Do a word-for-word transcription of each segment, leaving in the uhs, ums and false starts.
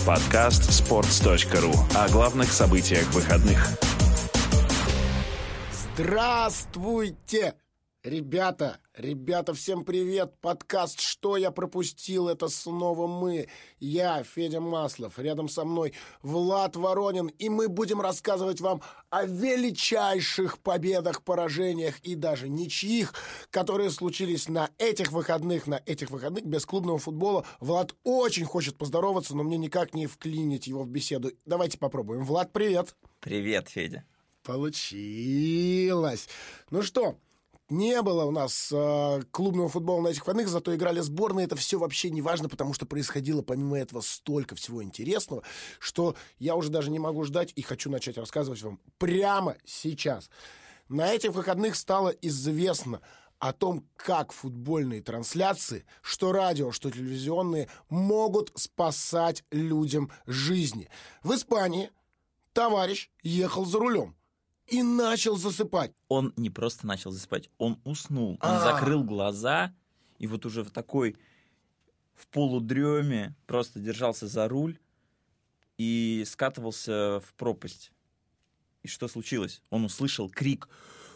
Подкаст sports точка ру о главных событиях выходных. Здравствуйте, ребята! Ребята, всем привет! Подкаст «Что я пропустил?» Это снова мы. Я, Федя Маслов, рядом со мной Влад Воронин. И мы будем рассказывать вам о величайших победах, поражениях и даже ничьих, которые случились на этих выходных. На этих выходных без клубного футбола. Влад очень хочет поздороваться, но мне никак не вклинить его в беседу. Давайте попробуем. Влад, привет! Привет, Федя. Получилось! Ну что... Не было у нас э, клубного футбола на этих выходных, зато играли сборные. Это все вообще не важно, потому что происходило помимо этого столько всего интересного, что я уже даже не могу ждать и хочу начать рассказывать вам прямо сейчас. На этих выходных стало известно о том, как футбольные трансляции, что радио, что телевизионные, могут спасать людям жизни. В Испании товарищ ехал за рулем и начал засыпать. Он не просто начал засыпать, он уснул. Он А-а-а. закрыл глаза, и вот уже в такой, в полудреме просто держался за руль и скатывался в пропасть. И что случилось? Он услышал крик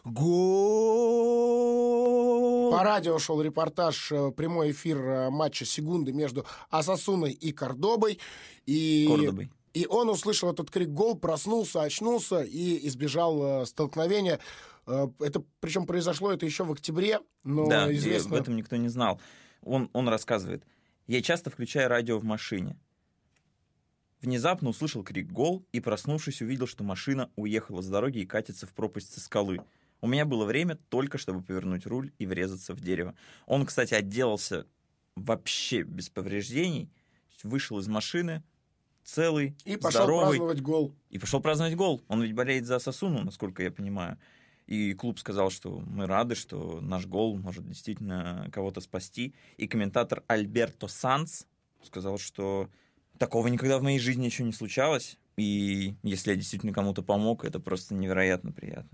«Гол!». По радио шел репортаж, прямой эфир матча «Сегунды» между Осасуной и Кордобой. И... Кордобой. И он услышал этот крик «Гол», проснулся, очнулся и избежал э, столкновения. Э, это, причем произошло это еще в октябре, но да, известно... и об этом никто не знал. Он, он рассказывает. «Я часто включаю радио в машине. Внезапно услышал крик «Гол» и, проснувшись, увидел, что машина уехала с дороги и катится в пропасть со скалы. У меня было время только, чтобы повернуть руль и врезаться в дерево». Он, кстати, отделался вообще без повреждений, вышел из машины, целый, и пошел здоровый, праздновать гол. И пошел праздновать гол. Он ведь болеет за Осасуну, насколько я понимаю. И клуб сказал, что мы рады, что наш гол может действительно кого-то спасти. И комментатор Альберто Санс сказал, что такого никогда в моей жизни еще не случалось. И если я действительно кому-то помог, это просто невероятно приятно.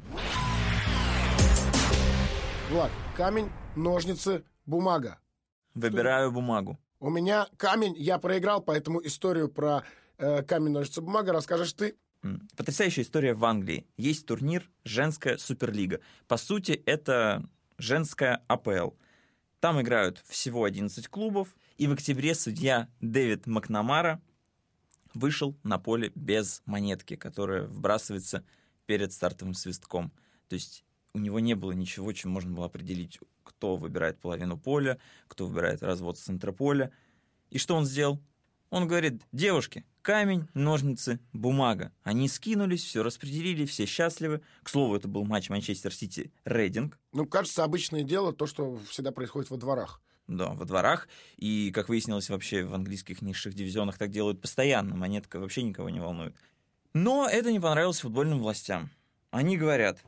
Влад, камень, ножницы, бумага. Выбираю бумагу. У меня камень, я проиграл, поэтому историю про э, камень, ножницы, бумага расскажешь ты. Потрясающая история в Англии. Есть турнир «Женская суперлига». По сути, это женская а пэ эл. Там играют всего одиннадцать клубов, и в октябре судья Дэвид Макнамара вышел на поле без монетки, которая вбрасывается перед стартовым свистком. То есть у него не было ничего, чем можно было определить, кто выбирает половину поля, кто выбирает развод с центра поля. И что он сделал? Он говорит: девушки, камень, ножницы, бумага. Они скинулись, все распределили, все счастливы. К слову, это был матч Манчестер Сити-Рейдинг. Ну, кажется, обычное дело, то, что всегда происходит во дворах. Да, во дворах. И, как выяснилось, вообще в английских низших дивизионах так делают постоянно. Монетка вообще никого не волнует. Но это не понравилось футбольным властям. Они говорят: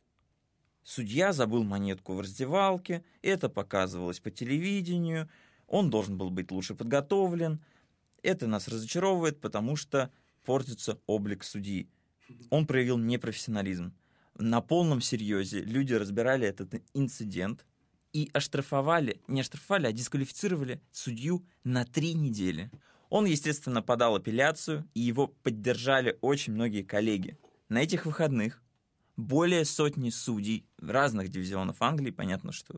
судья забыл монетку в раздевалке, это показывалось по телевидению, он должен был быть лучше подготовлен. Это нас разочаровывает, потому что портится облик судьи. Он проявил непрофессионализм. На полном серьезе люди разбирали этот инцидент и оштрафовали, не оштрафовали, а дисквалифицировали судью на три недели. Он, естественно, подал апелляцию, и его поддержали очень многие коллеги. На этих выходных более сотни судей разных дивизионов Англии, понятно, что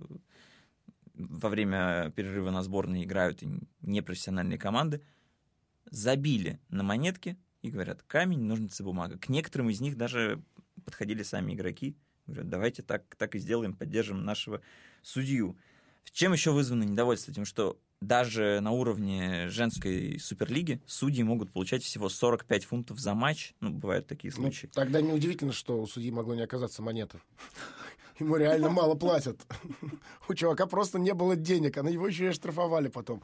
во время перерыва на сборные играют и непрофессиональные команды, забили на монетки и говорят: камень, ножницы, бумага. К некоторым из них даже подходили сами игроки, говорят: давайте так, так и сделаем, поддержим нашего судью. Чем еще вызвано недовольство? Тем, что даже на уровне женской суперлиги судьи могут получать всего сорок пять фунтов за матч. Ну, бывают такие случаи. Ну, тогда неудивительно, что у судьи могло не оказаться монеты. Ему реально мало платят. У чувака просто не было денег, а на его еще и оштрафовали потом.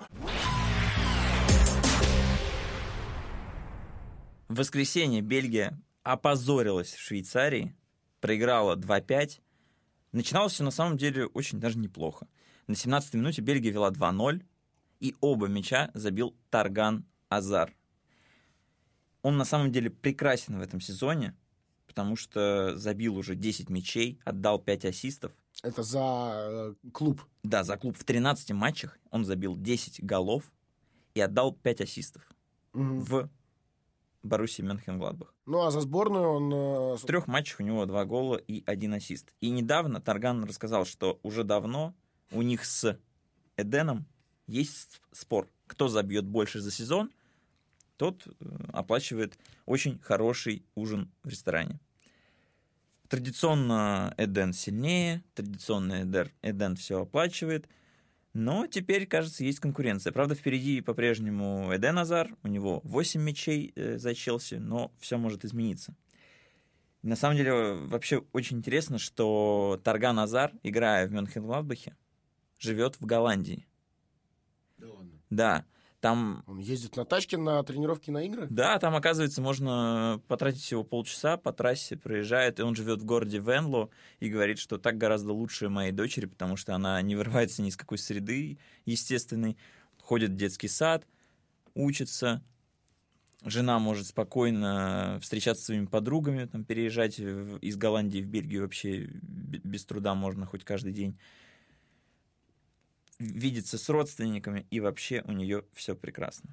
В воскресенье Бельгия опозорилась в Швейцарии, проиграла два пять. Начиналось все на самом деле очень даже неплохо. На семнадцатой минуте Бельгия вела два ноль, и оба мяча забил Тарган Азар. Он на самом деле прекрасен в этом сезоне, потому что забил уже десять мячей, отдал пять ассистов. Это за э, клуб? Да, за клуб. В тринадцати матчах он забил десять голов и отдал пять ассистов. Угу. В Боруссии Мönchengladbach. Ну, а за сборную он... э, В трех матчах у него два гола и один ассист. И недавно Тарган рассказал, что уже давно у них с Эденом есть спор. Кто забьет больше за сезон, тот оплачивает очень хороший ужин в ресторане. Традиционно Эден сильнее, традиционно Эдер, Эден все оплачивает, но теперь, кажется, есть конкуренция. Правда, впереди по-прежнему Эден Азар, у него восемь мячей э, за Челси, но все может измениться. На самом деле, вообще очень интересно, что Тарган Азар, играя в Мönchengladbach, живет в Голландии. Да ладно. Да, там... Он ездит на тачке на тренировки, на игры? Да, там, оказывается, можно потратить всего полчаса по трассе, проезжает, и он живет в городе Венло и говорит, что так гораздо лучше моей дочери, потому что она не вырывается ни из какой среды естественной, ходит в детский сад, учится, жена может спокойно встречаться с своими подругами, там, переезжать из Голландии в Бельгию вообще без труда можно хоть каждый день, видеться с родственниками, и вообще у нее все прекрасно.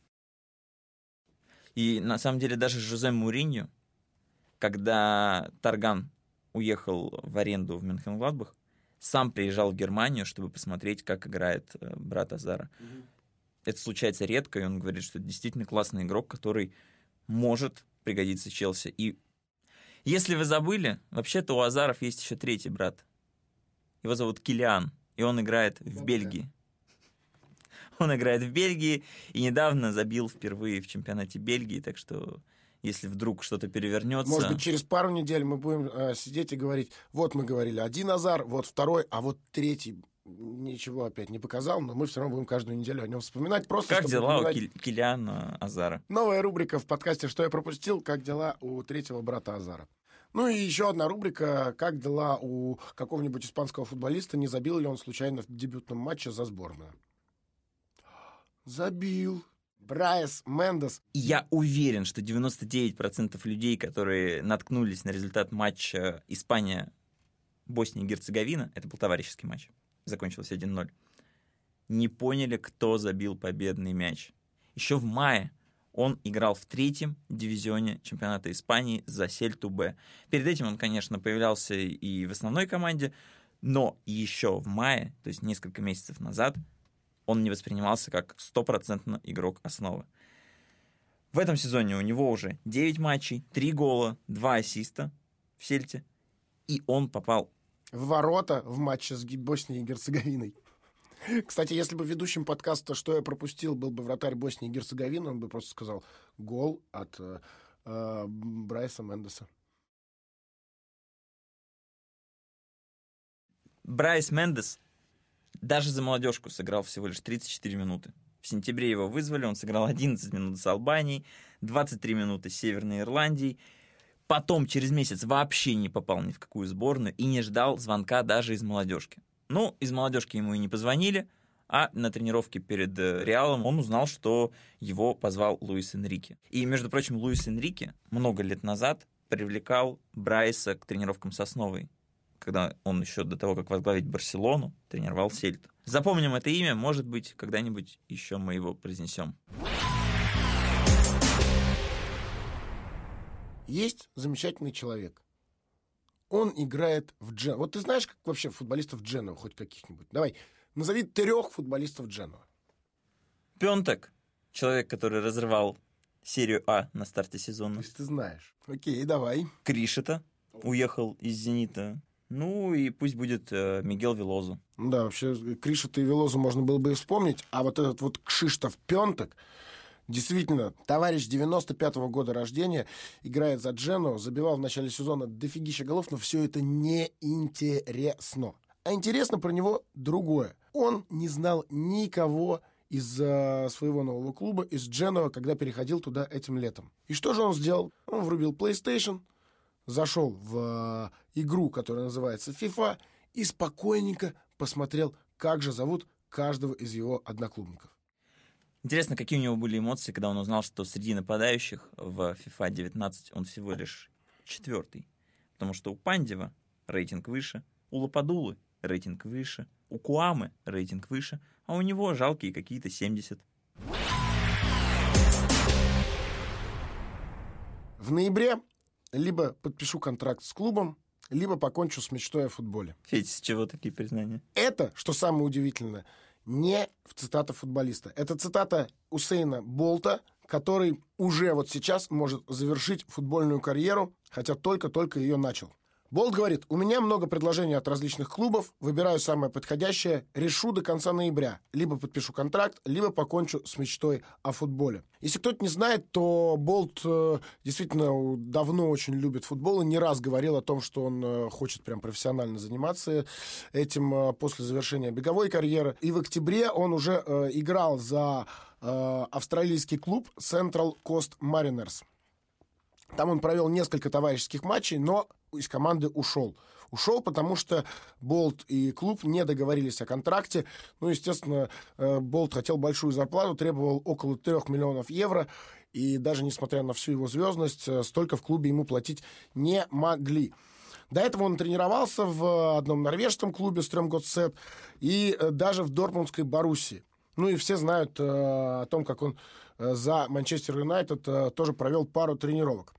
И на самом деле даже Жозе Муриньо, когда Тарган уехал в аренду в Мönchengladbach, сам приезжал в Германию, чтобы посмотреть, как играет брат Азара. Mm-hmm. Это случается редко, и он говорит, что это действительно классный игрок, который может пригодиться Челси. И если вы забыли, вообще-то у Азаров есть еще третий брат. Его зовут Килиан. И он играет в да, Бельгии. Да. Он играет в Бельгии и недавно забил впервые в чемпионате Бельгии, так что если вдруг что-то перевернется... Может быть, через пару недель мы будем э, сидеть и говорить, вот мы говорили один Азар, вот второй, а вот третий ничего опять не показал, но мы все равно будем каждую неделю о нем вспоминать. Просто, как дела вспоминать... у Киль... Килиана Азара? Новая рубрика в подкасте «Что я пропустил? Как дела у третьего брата Азара». Ну и еще одна рубрика «Как дела у какого-нибудь испанского футболиста? Не забил ли он случайно в дебютном матче за сборную?» Забил. Брайс Мендес. И я уверен, что девяносто девять процентов людей, которые наткнулись на результат матча Испания-Босния и Герцеговина, это был товарищеский матч, закончился один ноль, не поняли, кто забил победный мяч. Еще в мае он играл в третьем дивизионе чемпионата Испании за Сельту Б. Перед этим он, конечно, появлялся и в основной команде, но еще в мае, то есть несколько месяцев назад, он не воспринимался как стопроцентно игрок основы. В этом сезоне у него уже девять матчей, три гола, два ассиста в Сельте, и он попал в ворота в матче с Боснией и Герцеговиной. Кстати, если бы ведущим подкаста «Что я пропустил» был бы вратарь Боснии и Герцеговины, он бы просто сказал гол от э, э, Брайса Мендеса. Брайс Мендес даже за молодежку сыграл всего лишь тридцать четыре минуты. В сентябре его вызвали, он сыграл одиннадцать минут с Албанией, двадцать три минуты с Северной Ирландией. Потом через месяц вообще не попал ни в какую сборную и не ждал звонка даже из молодежки. Ну, из молодежки ему и не позвонили, а на тренировке перед Реалом он узнал, что его позвал Луис Энрике. И, между прочим, Луис Энрике много лет назад привлекал Брайса к тренировкам с основой, когда он еще до того, как возглавить Барселону, тренировал Сельту. Запомним это имя, может быть, когда-нибудь еще мы его произнесем. Есть замечательный человек. Он играет в Джену. Вот ты знаешь, как вообще футболистов Джену, хоть каких-нибудь? Давай, назови трех футболистов Джену. Пёнтек, человек, который разрывал серию А на старте сезона. То есть ты знаешь. Окей, давай. Кришета уехал из «Зенита». Ну и пусть будет э, Мигел Велозу. Да, вообще Кришета и Велозу можно было бы и вспомнить. А вот этот вот Кшиштоф Пёнтек, действительно, товарищ девяносто пятого года рождения, играет за Джену, забивал в начале сезона дофигища голов, но все это неинтересно. А интересно про него другое. Он не знал никого из uh, своего нового клуба, из Дженуа, когда переходил туда этим летом. И что же он сделал? Он врубил PlayStation, зашел в uh, игру, которая называется FIFA, и спокойненько посмотрел, как же зовут каждого из его одноклубников. Интересно, какие у него были эмоции, когда он узнал, что среди нападающих в FIFA девятнадцать он всего лишь четвертый. Потому что у Пандева рейтинг выше, у Лападулы рейтинг выше, у Куамы рейтинг выше, а у него жалкие какие-то семьдесят. В ноябре либо подпишу контракт с клубом, либо покончу с мечтой о футболе. Федь, с чего такие признания? Это, что самое удивительное, не цитата футболиста. Это цитата Усейна Болта, который уже вот сейчас может завершить футбольную карьеру, хотя только-только ее начал. Болт говорит: у меня много предложений от различных клубов, выбираю самое подходящее, решу до конца ноября. Либо подпишу контракт, либо покончу с мечтой о футболе. Если кто-то не знает, то Болт э, действительно давно очень любит футбол и не раз говорил о том, что он э, хочет прям профессионально заниматься этим э, после завершения беговой карьеры. И в октябре он уже э, играл за э, австралийский клуб Central Coast Mariners. Там он провел несколько товарищеских матчей, но из команды ушел. Ушел, потому что Болт и клуб не договорились о контракте. Ну, естественно, Болт хотел большую зарплату, требовал около трех миллионов евро. И даже несмотря на всю его звездность, столько в клубе ему платить не могли. До этого он тренировался в одном норвежском клубе Стрёмгодсет и даже в Дортмундской Боруссии. Ну и все знают э, о том, как он э, за Манчестер Юнайтед э, тоже провел пару тренировок.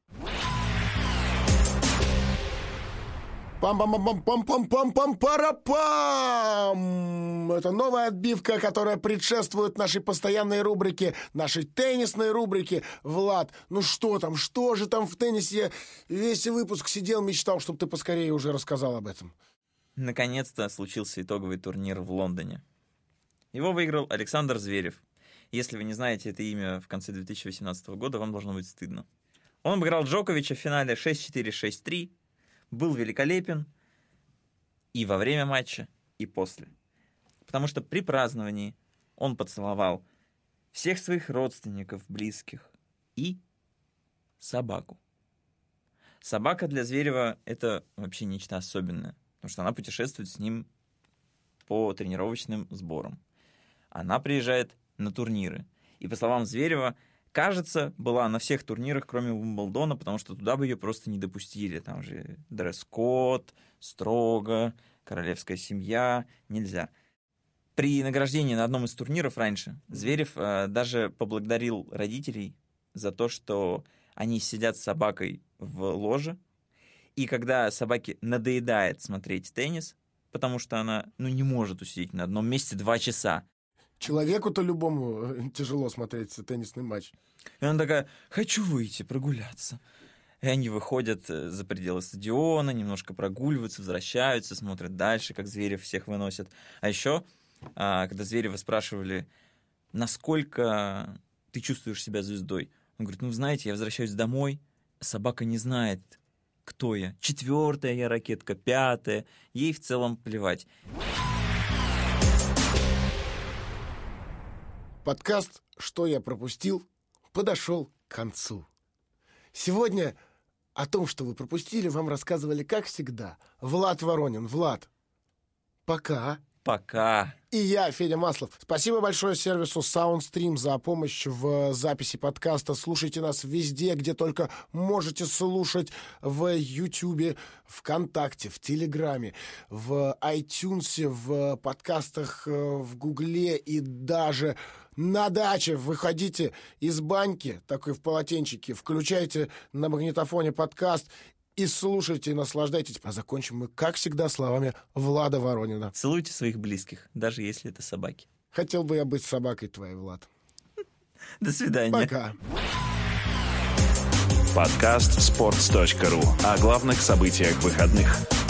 Пам-пам-пам-пам-пам-пам-пам-пам! Это новая отбивка, которая предшествует нашей постоянной рубрике, нашей теннисной рубрике. Влад, ну что там, что же там в теннисе? Весь выпуск сидел, мечтал, чтобы ты поскорее уже рассказал об этом. Наконец-то случился итоговый турнир в Лондоне. Его выиграл Александр Зверев. Если вы не знаете это имя в конце две тысячи восемнадцатого года, вам должно быть стыдно. Он обыграл Джоковича в финале шесть четыре шесть три, был великолепен и во время матча, и после. Потому что при праздновании он поцеловал всех своих родственников, близких и собаку. Собака для Зверева — это вообще нечто особенное, потому что она путешествует с ним по тренировочным сборам. Она приезжает на турниры. И, по словам Зверева, кажется, была на всех турнирах, кроме Уимблдона, потому что туда бы ее просто не допустили. Там же дресс-код, строго, королевская семья, нельзя. При награждении на одном из турниров раньше Зверев э, даже поблагодарил родителей за то, что они сидят с собакой в ложе, и когда собаке надоедает смотреть теннис, потому что она, ну, не может усидеть на одном месте два часа. Человеку-то любому тяжело смотреть теннисный матч. И она такая: хочу выйти, прогуляться. И они выходят за пределы стадиона, немножко прогуливаются, возвращаются, смотрят дальше, как Зверев всех выносит. А еще, когда Зверева спрашивали, насколько ты чувствуешь себя звездой, он говорит: ну, знаете, я возвращаюсь домой, собака не знает, кто я. Четвертая я ракетка, пятая. Ей в целом плевать. Подкаст «Что я пропустил» подошел к концу. Сегодня о том, что вы пропустили, вам рассказывали, как всегда, Влад Воронин. Влад, пока. Пока. И я, Федя Маслов. Спасибо большое сервису SoundStream за помощь в записи подкаста. Слушайте нас везде, где только можете слушать. В Ютубе, ВКонтакте, в Телеграме, в iTunes, в подкастах в Гугле и даже на даче. Выходите из баньки, такой в полотенчике, включайте на магнитофоне подкаст и слушайте, и наслаждайтесь. А закончим мы, как всегда, словами Влада Воронина. Целуйте своих близких, даже если это собаки. Хотел бы я быть собакой твоей, Влад. До свидания. Пока. Подкаст спортс точка ру о главных событиях выходных.